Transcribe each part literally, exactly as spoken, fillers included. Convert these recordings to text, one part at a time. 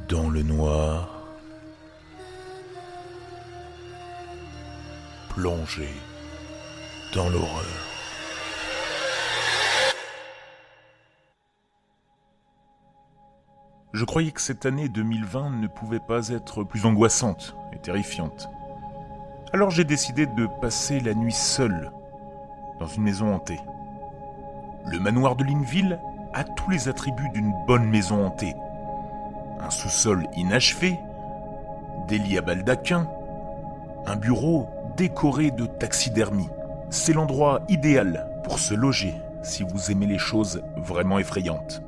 Dans le noir, plongé dans l'horreur. Je croyais que cette année deux mille vingt ne pouvait pas être plus angoissante et terrifiante. Alors j'ai décidé de passer la nuit seul dans une maison hantée. Le manoir de Linville a tous les attributs d'une bonne maison hantée. Un sous-sol inachevé, des lits à baldaquin, un bureau décoré de taxidermie. C'est l'endroit idéal pour se loger si vous aimez les choses vraiment effrayantes.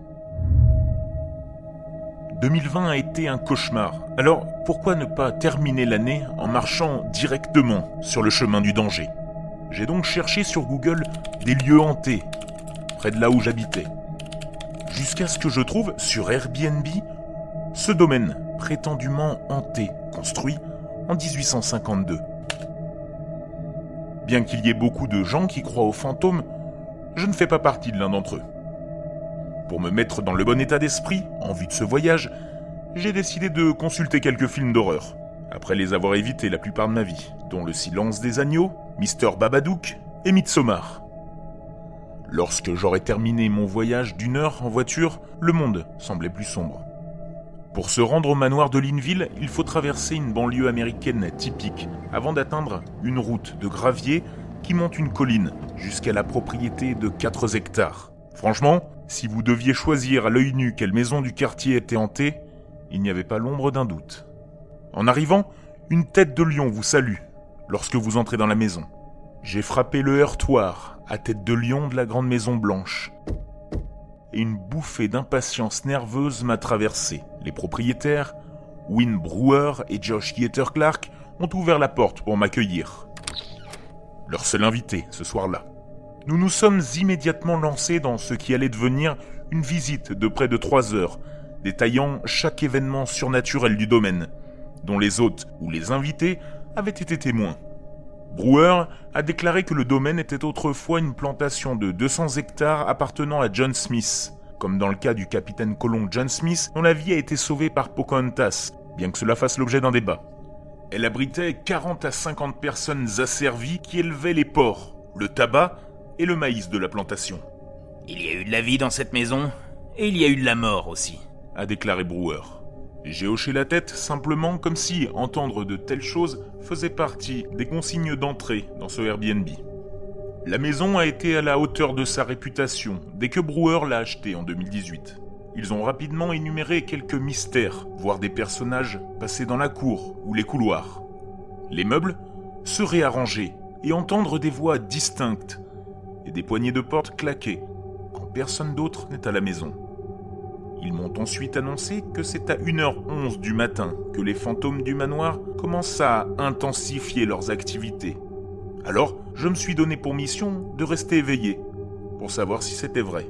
deux mille vingt a été un cauchemar, alors pourquoi ne pas terminer l'année en marchant directement sur le chemin du danger ? J'ai donc cherché sur Google des lieux hantés, près de là où j'habitais. Jusqu'à ce que je trouve sur Airbnb ce domaine prétendument hanté, construit en dix-huit cent cinquante-deux. Bien qu'il y ait beaucoup de gens qui croient aux fantômes, je ne fais pas partie de l'un d'entre eux. Pour me mettre dans le bon état d'esprit, en vue de ce voyage, j'ai décidé de consulter quelques films d'horreur, après les avoir évités la plupart de ma vie, dont Le Silence des Agneaux, Mister Babadook et Midsommar. Lorsque j'aurais terminé mon voyage d'une heure en voiture, le monde semblait plus sombre. Pour se rendre au manoir de Linville, il faut traverser une banlieue américaine typique avant d'atteindre une route de gravier qui monte une colline jusqu'à la propriété de quatre hectares. Franchement, si vous deviez choisir à l'œil nu quelle maison du quartier était hantée, il n'y avait pas l'ombre d'un doute. En arrivant, une tête de lion vous salue lorsque vous entrez dans la maison. J'ai frappé le heurtoir à tête de lion de la grande maison blanche. Et une bouffée d'impatience nerveuse m'a traversé. Les propriétaires, Win Brewer et Josh Yeater-Clark, ont ouvert la porte pour m'accueillir. Leur seul invité ce soir-là. Nous nous sommes immédiatement lancés dans ce qui allait devenir une visite de près de trois heures, détaillant chaque événement surnaturel du domaine, dont les hôtes ou les invités avaient été témoins. Brewer a déclaré que le domaine était autrefois une plantation de deux cents hectares appartenant à John Smith, comme dans le cas du capitaine colon John Smith, dont la vie a été sauvée par Pocahontas, bien que cela fasse l'objet d'un débat. Elle abritait quarante à cinquante personnes asservies qui élevaient les porcs, le tabac et le maïs de la plantation. « Il y a eu de la vie dans cette maison, et il y a eu de la mort aussi », a déclaré Brewer. J'ai hoché la tête simplement comme si entendre de telles choses faisait partie des consignes d'entrée dans ce Airbnb. La maison a été à la hauteur de sa réputation dès que Brewer l'a achetée en deux mille dix-huit. Ils ont rapidement énuméré quelques mystères, voire des personnages passés dans la cour ou les couloirs. Les meubles se réarranger et entendre des voix distinctes et des poignées de porte claquer quand personne d'autre n'est à la maison. Ils m'ont ensuite annoncé que c'est à une heure onze du matin que les fantômes du manoir commencent à intensifier leurs activités. Alors, je me suis donné pour mission de rester éveillé, pour savoir si c'était vrai.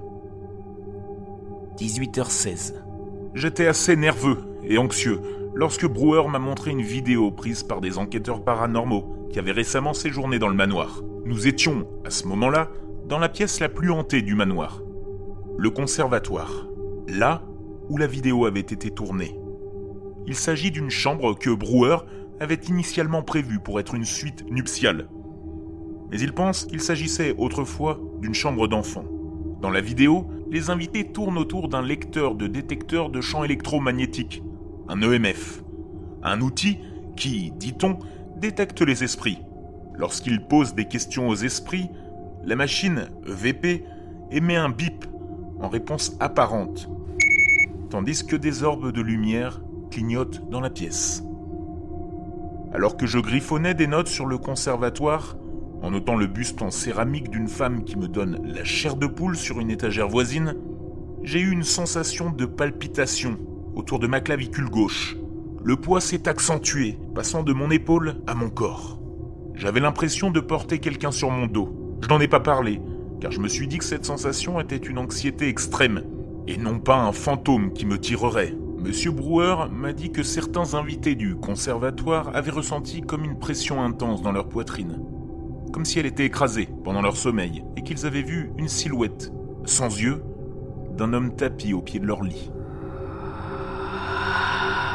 dix-huit heures seize. J'étais assez nerveux et anxieux lorsque Brewer m'a montré une vidéo prise par des enquêteurs paranormaux qui avaient récemment séjourné dans le manoir. Nous étions, à ce moment-là, dans la pièce la plus hantée du manoir, le conservatoire. Là où la vidéo avait été tournée. Il s'agit d'une chambre que Brewer avait initialement prévue pour être une suite nuptiale. Mais il pense qu'il s'agissait autrefois d'une chambre d'enfant. Dans la vidéo, les invités tournent autour d'un lecteur de détecteur de champs électromagnétiques, un E M F, un outil qui, dit-on, détecte les esprits. Lorsqu'il pose des questions aux esprits, la machine E V P émet un bip en réponse apparente, tandis que des orbes de lumière clignotent dans la pièce. Alors que je griffonnais des notes sur le conservatoire, en notant le buste en céramique d'une femme qui me donne la chair de poule sur une étagère voisine, j'ai eu une sensation de palpitation autour de ma clavicule gauche. Le poids s'est accentué, passant de mon épaule à mon corps. J'avais l'impression de porter quelqu'un sur mon dos. Je n'en ai pas parlé, car je me suis dit que cette sensation était une anxiété extrême, et non pas un fantôme qui me tirerait. Monsieur Brewer m'a dit que certains invités du conservatoire avaient ressenti comme une pression intense dans leur poitrine, comme si elle était écrasée pendant leur sommeil, et qu'ils avaient vu une silhouette, sans yeux, d'un homme tapi au pied de leur lit.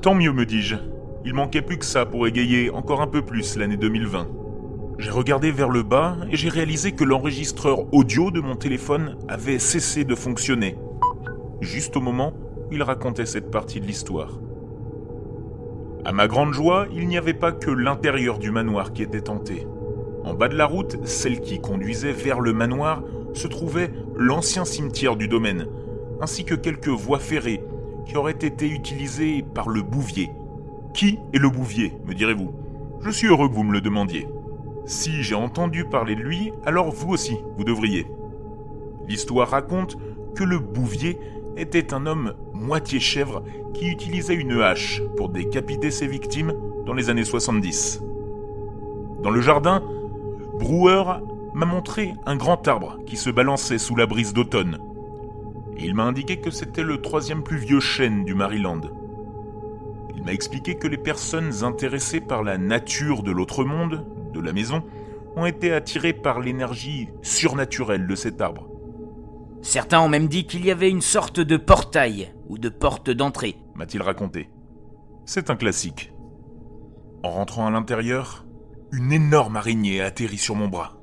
Tant mieux, me dis-je. Il manquait plus que ça pour égayer encore un peu plus l'année deux mille vingt. J'ai regardé vers le bas et j'ai réalisé que l'enregistreur audio de mon téléphone avait cessé de fonctionner. Juste au moment où il racontait cette partie de l'histoire. À ma grande joie, il n'y avait pas que l'intérieur du manoir qui était tenté. En bas de la route, celle qui conduisait vers le manoir, se trouvait l'ancien cimetière du domaine, ainsi que quelques voies ferrées qui auraient été utilisées par le Bouvier. Qui est le Bouvier, me direz-vous ? Je suis heureux que vous me le demandiez. Si j'ai entendu parler de lui, alors vous aussi, vous devriez. L'histoire raconte que le Bouvier était un homme moitié chèvre qui utilisait une hache pour décapiter ses victimes dans les années soixante-dix. Dans le jardin, Brewer m'a montré un grand arbre qui se balançait sous la brise d'automne. Et il m'a indiqué que c'était le troisième plus vieux chêne du Maryland. Il m'a expliqué que les personnes intéressées par la nature de l'autre monde, de la maison, ont été attirées par l'énergie surnaturelle de cet arbre. Certains ont même dit qu'il y avait une sorte de portail ou de porte d'entrée, m'a-t-il raconté. C'est un classique. En rentrant à l'intérieur, une énorme araignée a atterri sur mon bras.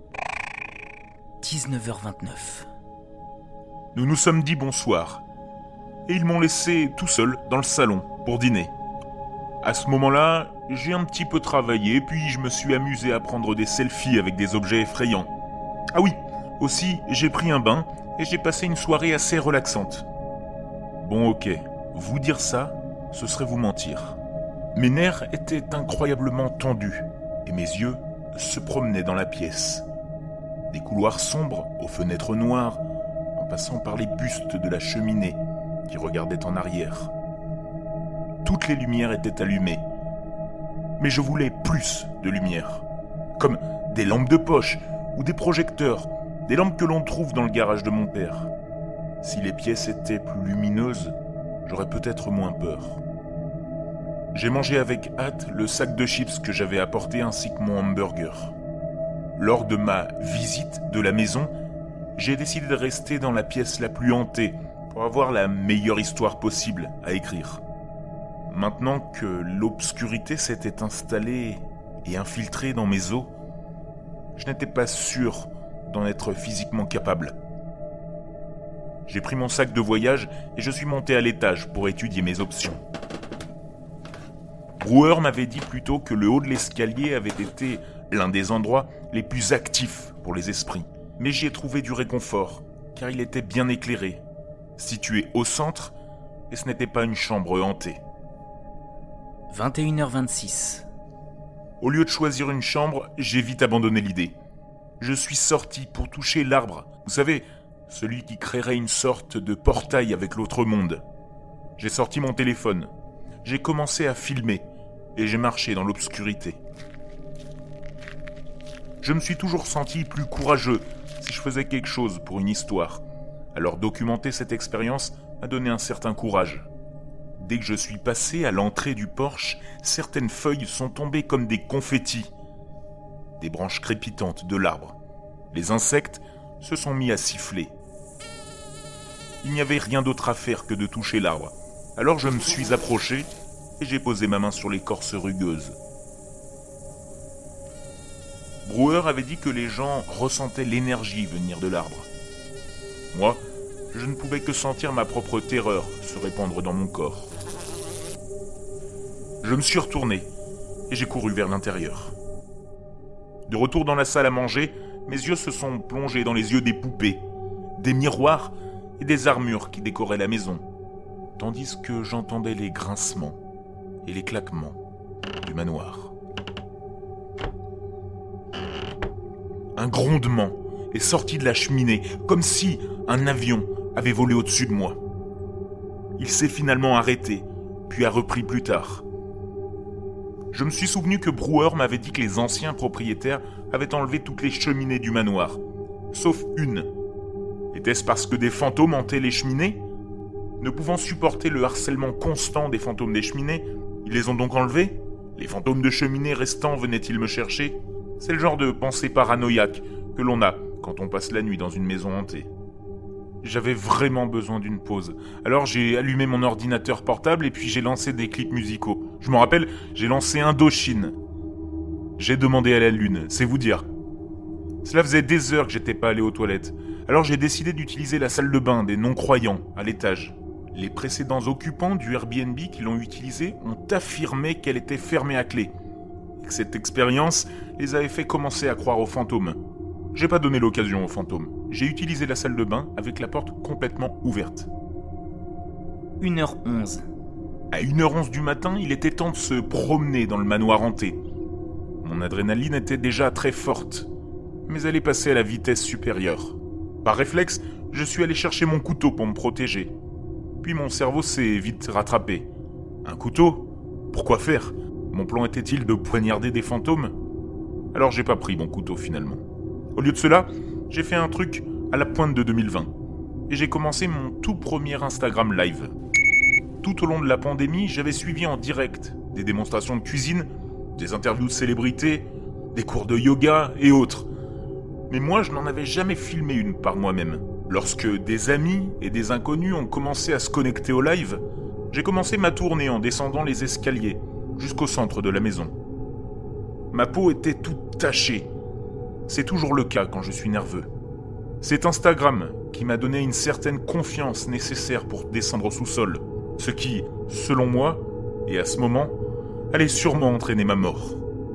dix-neuf heures vingt-neuf. Nous nous sommes dit bonsoir, et ils m'ont laissé tout seul dans le salon pour dîner. À ce moment-là, j'ai un petit peu travaillé, puis je me suis amusé à prendre des selfies avec des objets effrayants. Ah oui, aussi, j'ai pris un bain et j'ai passé une soirée assez relaxante. Bon ok, vous dire ça, ce serait vous mentir. Mes nerfs étaient incroyablement tendus, et mes yeux se promenaient dans la pièce. Des couloirs sombres, aux fenêtres noires, en passant par les bustes de la cheminée qui regardaient en arrière. Toutes les lumières étaient allumées. Mais je voulais plus de lumière. Comme des lampes de poche ou des projecteurs, des lampes que l'on trouve dans le garage de mon père. Si les pièces étaient plus lumineuses, j'aurais peut-être moins peur. J'ai mangé avec hâte le sac de chips que j'avais apporté ainsi que mon hamburger. Lors de ma visite de la maison, j'ai décidé de rester dans la pièce la plus hantée pour avoir la meilleure histoire possible à écrire. Maintenant que l'obscurité s'était installée et infiltrée dans mes os, je n'étais pas sûr d'en être physiquement capable. J'ai pris mon sac de voyage et je suis monté à l'étage pour étudier mes options. Brewer m'avait dit plutôt que le haut de l'escalier avait été l'un des endroits les plus actifs pour les esprits. Mais j'y ai trouvé du réconfort, car il était bien éclairé, situé au centre, et ce n'était pas une chambre hantée. vingt et une heures vingt-six. Au lieu de choisir une chambre, j'ai vite abandonné l'idée. Je suis sorti pour toucher l'arbre, vous savez, celui qui créerait une sorte de portail avec l'autre monde. J'ai sorti mon téléphone, j'ai commencé à filmer, et j'ai marché dans l'obscurité. Je me suis toujours senti plus courageux si je faisais quelque chose pour une histoire. Alors documenter cette expérience m'a donné un certain courage. Dès que je suis passé à l'entrée du porche, certaines feuilles sont tombées comme des confettis. Des branches crépitantes de l'arbre. Les insectes se sont mis à siffler. Il n'y avait rien d'autre à faire que de toucher l'arbre. Alors je me suis approché et j'ai posé ma main sur l'écorce rugueuse. Brewer avait dit que les gens ressentaient l'énergie venir de l'arbre. Moi, je ne pouvais que sentir ma propre terreur se répandre dans mon corps. Je me suis retourné et j'ai couru vers l'intérieur. De retour dans la salle à manger, mes yeux se sont plongés dans les yeux des poupées, des miroirs et des armures qui décoraient la maison, tandis que j'entendais les grincements et les claquements du manoir. Un grondement est sorti de la cheminée, comme si un avion avait volé au-dessus de moi. Il s'est finalement arrêté, puis a repris plus tard. Je me suis souvenu que Brewer m'avait dit que les anciens propriétaires avaient enlevé toutes les cheminées du manoir, sauf une. Était-ce parce que des fantômes hantaient les cheminées ? Ne pouvant supporter le harcèlement constant des fantômes des cheminées, ils les ont donc enlevés ? Les fantômes de cheminées restants venaient-ils me chercher ? C'est le genre de pensée paranoïaque que l'on a quand on passe la nuit dans une maison hantée. J'avais vraiment besoin d'une pause. Alors j'ai allumé mon ordinateur portable et puis j'ai lancé des clips musicaux. Je me rappelle, j'ai lancé Indochine. J'ai demandé à la lune, c'est vous dire. Cela faisait des heures que j'étais pas allé aux toilettes. Alors j'ai décidé d'utiliser la salle de bain des non-croyants, à l'étage. Les précédents occupants du Airbnb qui l'ont utilisée ont affirmé qu'elle était fermée à clé. Et que cette expérience les avait fait commencer à croire aux fantômes. J'ai pas donné l'occasion aux fantômes. J'ai utilisé la salle de bain avec la porte complètement ouverte. une heure onze. À une heure onze du matin, il était temps de se promener dans le manoir hanté. Mon adrénaline était déjà très forte, mais elle est passée à la vitesse supérieure. Par réflexe, je suis allé chercher mon couteau pour me protéger. Puis mon cerveau s'est vite rattrapé. Un couteau ? Pourquoi faire ? Mon plan était-il de poignarder des fantômes ? Alors j'ai pas pris mon couteau finalement. Au lieu de cela, j'ai fait un truc à la pointe de deux mille vingt. Et j'ai commencé mon tout premier Instagram Live. Tout au long de la pandémie, j'avais suivi en direct des démonstrations de cuisine, des interviews de célébrités, des cours de yoga et autres. Mais moi, je n'en avais jamais filmé une par moi-même. Lorsque des amis et des inconnus ont commencé à se connecter au live, j'ai commencé ma tournée en descendant les escaliers jusqu'au centre de la maison. Ma peau était toute tachée. C'est toujours le cas quand je suis nerveux. C'est Instagram qui m'a donné une certaine confiance nécessaire pour descendre au sous-sol, ce qui, selon moi, et à ce moment, allait sûrement entraîner ma mort.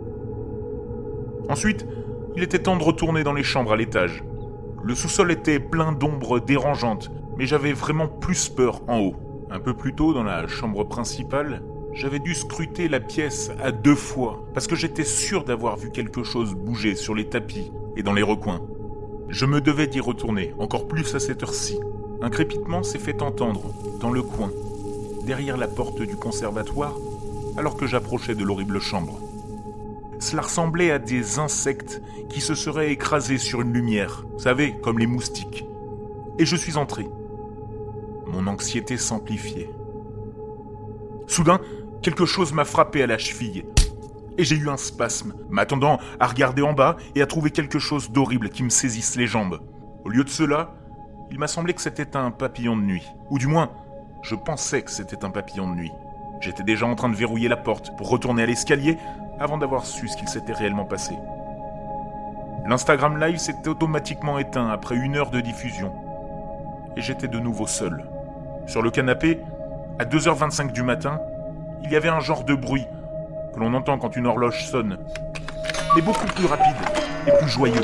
Ensuite, il était temps de retourner dans les chambres à l'étage. Le sous-sol était plein d'ombres dérangeantes, mais j'avais vraiment plus peur en haut. Un peu plus tôt, dans la chambre principale, j'avais dû scruter la pièce à deux fois, parce que j'étais sûr d'avoir vu quelque chose bouger sur les tapis et dans les recoins. Je me devais d'y retourner, encore plus à cette heure-ci. Un crépitement s'est fait entendre, dans le coin, derrière la porte du conservatoire, alors que j'approchais de l'horrible chambre. Cela ressemblait à des insectes qui se seraient écrasés sur une lumière, vous savez, comme les moustiques. Et je suis entré. Mon anxiété s'amplifiait. Soudain, quelque chose m'a frappé à la cheville. Et j'ai eu un spasme, m'attendant à regarder en bas et à trouver quelque chose d'horrible qui me saisisse les jambes. Au lieu de cela, il m'a semblé que c'était un papillon de nuit. Ou du moins, je pensais que c'était un papillon de nuit. J'étais déjà en train de verrouiller la porte pour retourner à l'escalier avant d'avoir su ce qu'il s'était réellement passé. L'Instagram Live s'était automatiquement éteint après une heure de diffusion. Et j'étais de nouveau seul. Sur le canapé, à deux heures vingt-cinq du matin, il y avait un genre de bruit que l'on entend quand une horloge sonne, mais beaucoup plus rapide et plus joyeux.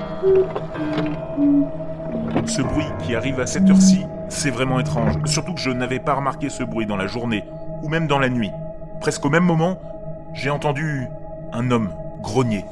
Ce bruit qui arrive à cette heure-ci, c'est vraiment étrange, surtout que je n'avais pas remarqué ce bruit dans la journée, ou même dans la nuit. Presque au même moment, j'ai entendu un homme grogner.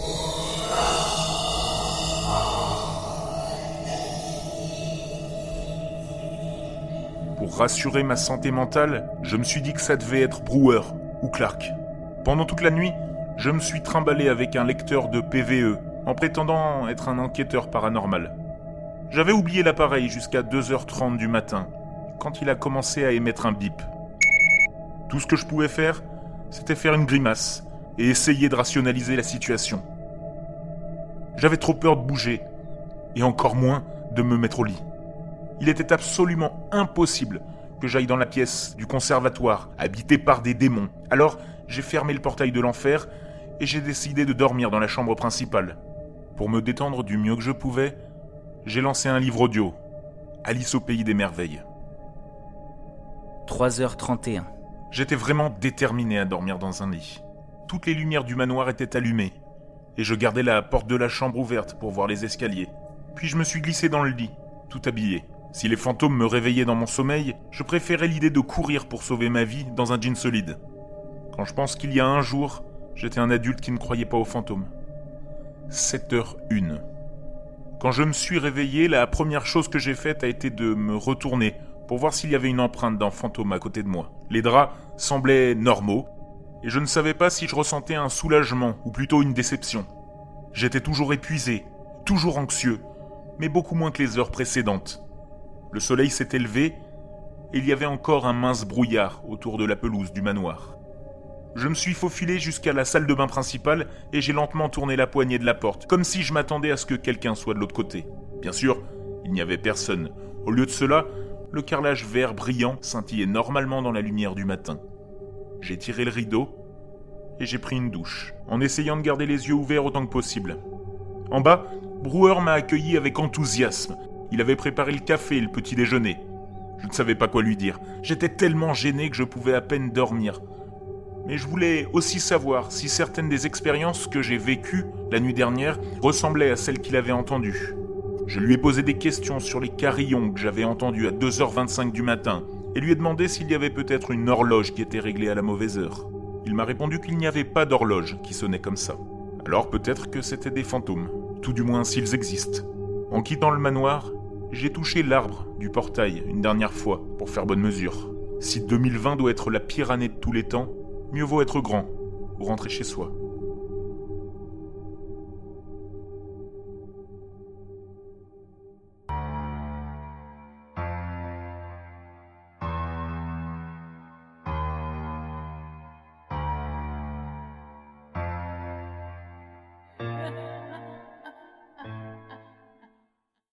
Pour rassurer ma santé mentale, je me suis dit que ça devait être Brewer ou Clark. Pendant toute la nuit, je me suis trimballé avec un lecteur de P V E, en prétendant être un enquêteur paranormal. J'avais oublié l'appareil jusqu'à deux heures trente du matin, quand il a commencé à émettre un bip. Tout ce que je pouvais faire, c'était faire une grimace et essayer de rationaliser la situation. J'avais trop peur de bouger, et encore moins de me mettre au lit. Il était absolument impossible que j'aille dans la pièce du conservatoire, habitée par des démons. Alors, j'ai fermé le portail de l'enfer et j'ai décidé de dormir dans la chambre principale. Pour me détendre du mieux que je pouvais, j'ai lancé un livre audio, Alice au pays des merveilles. trois heures trente et un. J'étais vraiment déterminé à dormir dans un lit. Toutes les lumières du manoir étaient allumées et je gardais la porte de la chambre ouverte pour voir les escaliers. Puis je me suis glissé dans le lit, tout habillé. Si les fantômes me réveillaient dans mon sommeil, je préférais l'idée de courir pour sauver ma vie dans un jean solide. Quand je pense qu'il y a un jour, j'étais un adulte qui ne croyait pas aux fantômes. sept heures une. Quand je me suis réveillé, la première chose que j'ai faite a été de me retourner pour voir s'il y avait une empreinte d'un fantôme à côté de moi. Les draps semblaient normaux, et je ne savais pas si je ressentais un soulagement ou plutôt une déception. J'étais toujours épuisé, toujours anxieux, mais beaucoup moins que les heures précédentes. Le soleil s'était levé, et il y avait encore un mince brouillard autour de la pelouse du manoir. Je me suis faufilé jusqu'à la salle de bain principale et j'ai lentement tourné la poignée de la porte, comme si je m'attendais à ce que quelqu'un soit de l'autre côté. Bien sûr, il n'y avait personne. Au lieu de cela, le carrelage vert brillant scintillait normalement dans la lumière du matin. J'ai tiré le rideau et j'ai pris une douche, en essayant de garder les yeux ouverts autant que possible. En bas, Brewer m'a accueilli avec enthousiasme. Il avait préparé le café et le petit déjeuner. Je ne savais pas quoi lui dire. J'étais tellement gêné que je pouvais à peine dormir. Mais je voulais aussi savoir si certaines des expériences que j'ai vécues la nuit dernière ressemblaient à celles qu'il avait entendues. Je lui ai posé des questions sur les carillons que j'avais entendus à deux heures vingt-cinq du matin et lui ai demandé s'il y avait peut-être une horloge qui était réglée à la mauvaise heure. Il m'a répondu qu'il n'y avait pas d'horloge qui sonnait comme ça. Alors peut-être que c'était des fantômes, tout du moins s'ils existent. En quittant le manoir, j'ai touché l'arbre du portail une dernière fois pour faire bonne mesure. Si deux mille vingt doit être la pire année de tous les temps, mieux vaut être grand ou rentrer chez soi.